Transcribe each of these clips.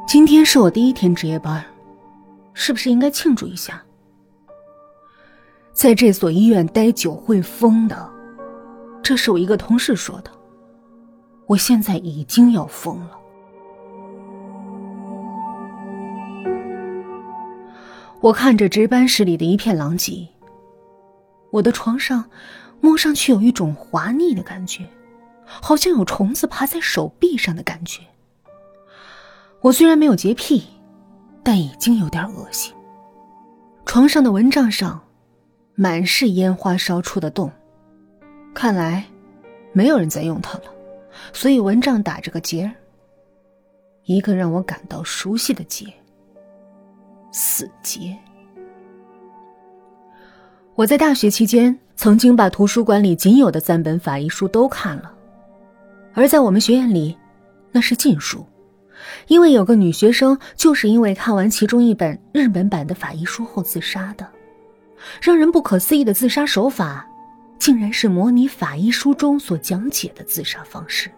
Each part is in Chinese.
今天是我第一天值夜班，是不是应该庆祝一下？在这所医院待久会疯的，这是我一个同事说的。我现在已经要疯了。我看着值班室里的一片狼藉，我的床上摸上去有一种滑腻的感觉，好像有虫子爬在手臂上的感觉。我虽然没有洁癖，但已经有点恶心。床上的蚊帐上满是烟花烧出的洞，看来没有人在用它了，所以蚊帐打着个结儿，一个让我感到熟悉的结，死结。我在大学期间曾经把图书馆里仅有的3本法医书都看了，而在我们学院里那是禁书，因为有个女学生就是因为看完其中一本日本版的法医书后自杀的。让人不可思议的自杀手法竟然是模拟法医书中所讲解的自杀方式。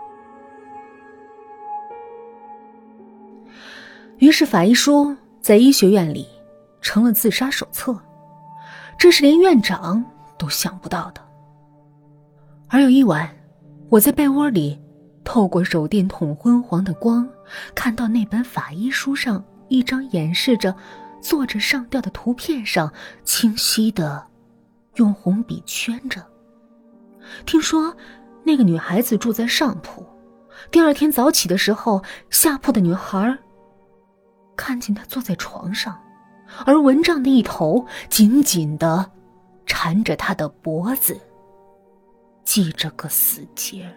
于是法医书在医学院里成了自杀手册，这是连院长都想不到的。而有一晚，我在被窝里透过手电筒昏黄的光，看到那本法医书上一张演示着作者上吊的图片上清晰地用红笔圈着。听说那个女孩子住在上铺，第二天早起的时候，下铺的女孩看见她坐在床上，而蚊帐的一头紧紧地缠着她的脖子，系着个死结。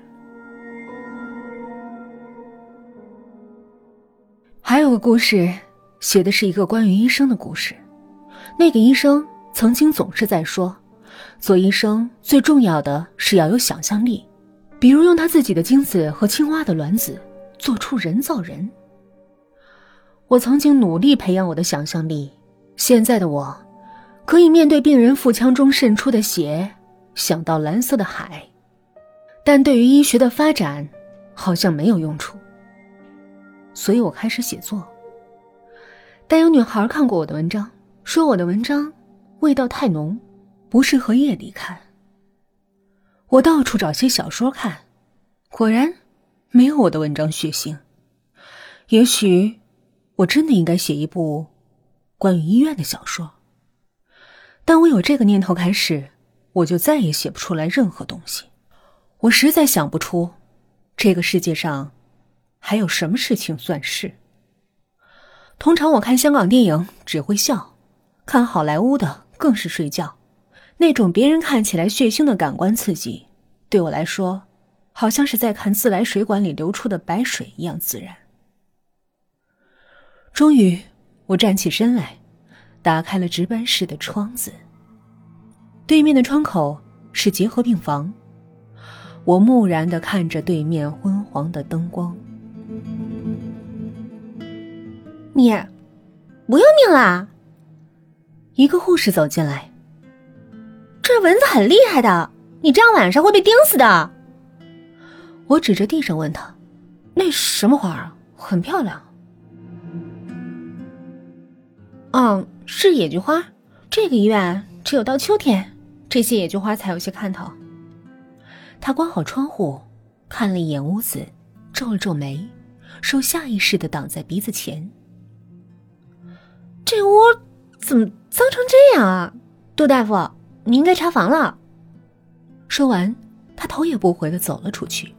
还有个故事写的是一个关于医生的故事。那个医生曾经总是在说，做医生最重要的是要有想象力，比如用他自己的精子和青蛙的卵子做出人造人。我曾经努力培养我的想象力，现在的我可以面对病人腹腔中渗出的血想到蓝色的海，但对于医学的发展好像没有用处。所以我开始写作。但有女孩看过我的文章，说我的文章味道太浓，不适合夜里看。我到处找些小说看，果然没有我的文章血腥。也许我真的应该写一部关于医院的小说。但我有这个念头开始，我就再也写不出来任何东西。我实在想不出这个世界上还有什么事情算是。通常我看香港电影只会笑，看好莱坞的更是睡觉。那种别人看起来血腥的感官刺激，对我来说好像是在看自来水管里流出的白水一样自然。终于我站起身来，打开了值班室的窗子。对面的窗口是结核病房，我木然地看着对面昏黄的灯光。 你不要命啦！ 一个护士走进来。 这蚊子很厉害的，你这样晚上会被叮死的。 我指着地上问他，那什么花啊？很漂亮。 是野菊花，这个医院只有到秋天，这些野菊花才有些看头。 他关好窗户，看了一眼屋子，皱了皱眉，手下意识地挡在鼻子前。 这屋怎么脏成这样啊？杜大夫，你应该查房了。 说完，他头也不回地走了出去。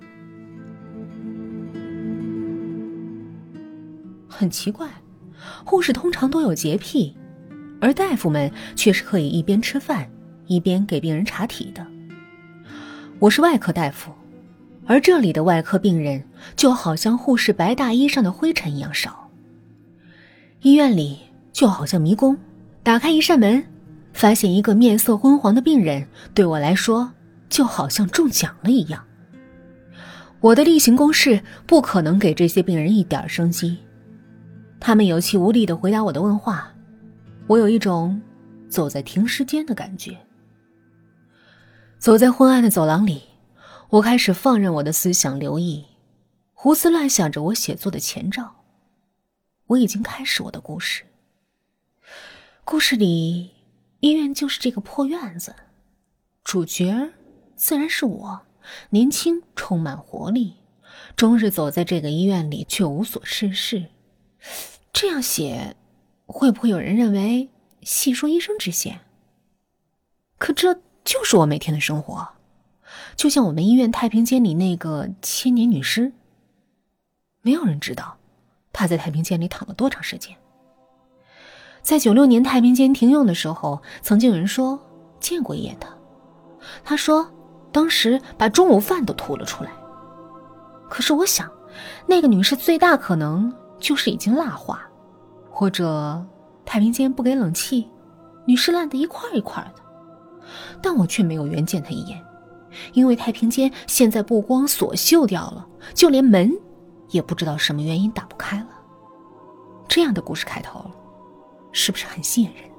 很奇怪，护士通常都有洁癖，而大夫们却是可以一边吃饭一边给病人查体的。我是外科大夫，而这里的外科病人就好像护士白大衣上的灰尘一样少。医院里就好像迷宫，打开一扇门，发现一个面色昏黄的病人，对我来说就好像中奖了一样。我的例行公事不可能给这些病人一点生机，他们有气无力地回答我的问话，我有一种走在停尸间的感觉。走在昏暗的走廊里，我开始放任我的思想流溢，胡思乱想着我写作的前兆。 我已经开始我的故事。故事里，医院就是这个破院子，主角自然是我，年轻充满活力，终日走在这个医院里却无所事事。这样写会不会有人认为戏说医生之嫌？可这就是我每天的生活，就像我们医院太平间里那个千年女尸，没有人知道她在太平间里躺了多长时间。在96年太平间停用的时候，曾经有人说见过一眼她，他说当时把中午饭都吐了出来。可是我想，那个女士最大可能就是已经蜡化，或者太平间不给冷气，女士烂得一块一块的。但我却没有缘见她一眼，因为太平间现在不光锁锈掉了，就连门也不知道什么原因打不开了。这样的故事开头是不是很吸引人？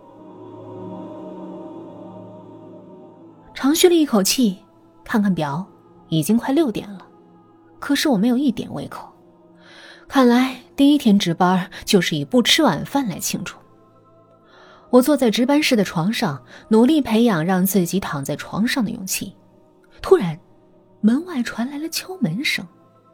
长吁了一口气，看看表，已经快6点了，可是我没有一点胃口。看来第一天值班就是以不吃晚饭来庆祝。我坐在值班室的床上，努力培养让自己躺在床上的勇气。突然，门外传来了敲门声。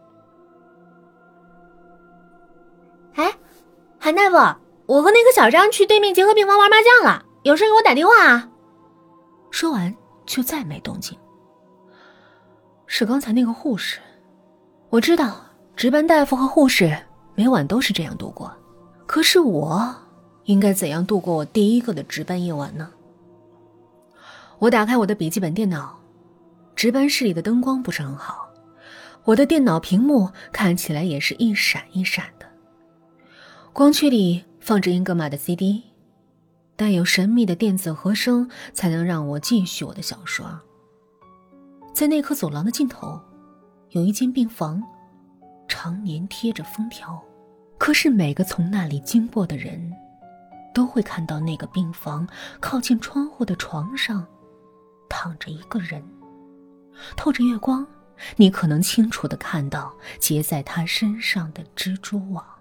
哎，韩大夫，我和那个小张去对面结核病房玩麻将了，有事给我打电话啊。 说完就再没动静。是刚才那个护士。我知道值班大夫和护士每晚都是这样度过，可是我应该怎样度过我第一个的值班夜晚呢？我打开我的笔记本电脑，值班室里的灯光不是很好，我的电脑屏幕看起来也是一闪一闪的，光驱里放着英格玛的 CD， 带有神秘的电子和声才能让我继续我的小说。在那颗走廊的尽头，有一间病房，常年贴着封条，可是每个从那里经过的人都会看到那个病房靠近窗户的床上躺着一个人，透着月光，你可能清楚地看到结在他身上的蜘蛛网。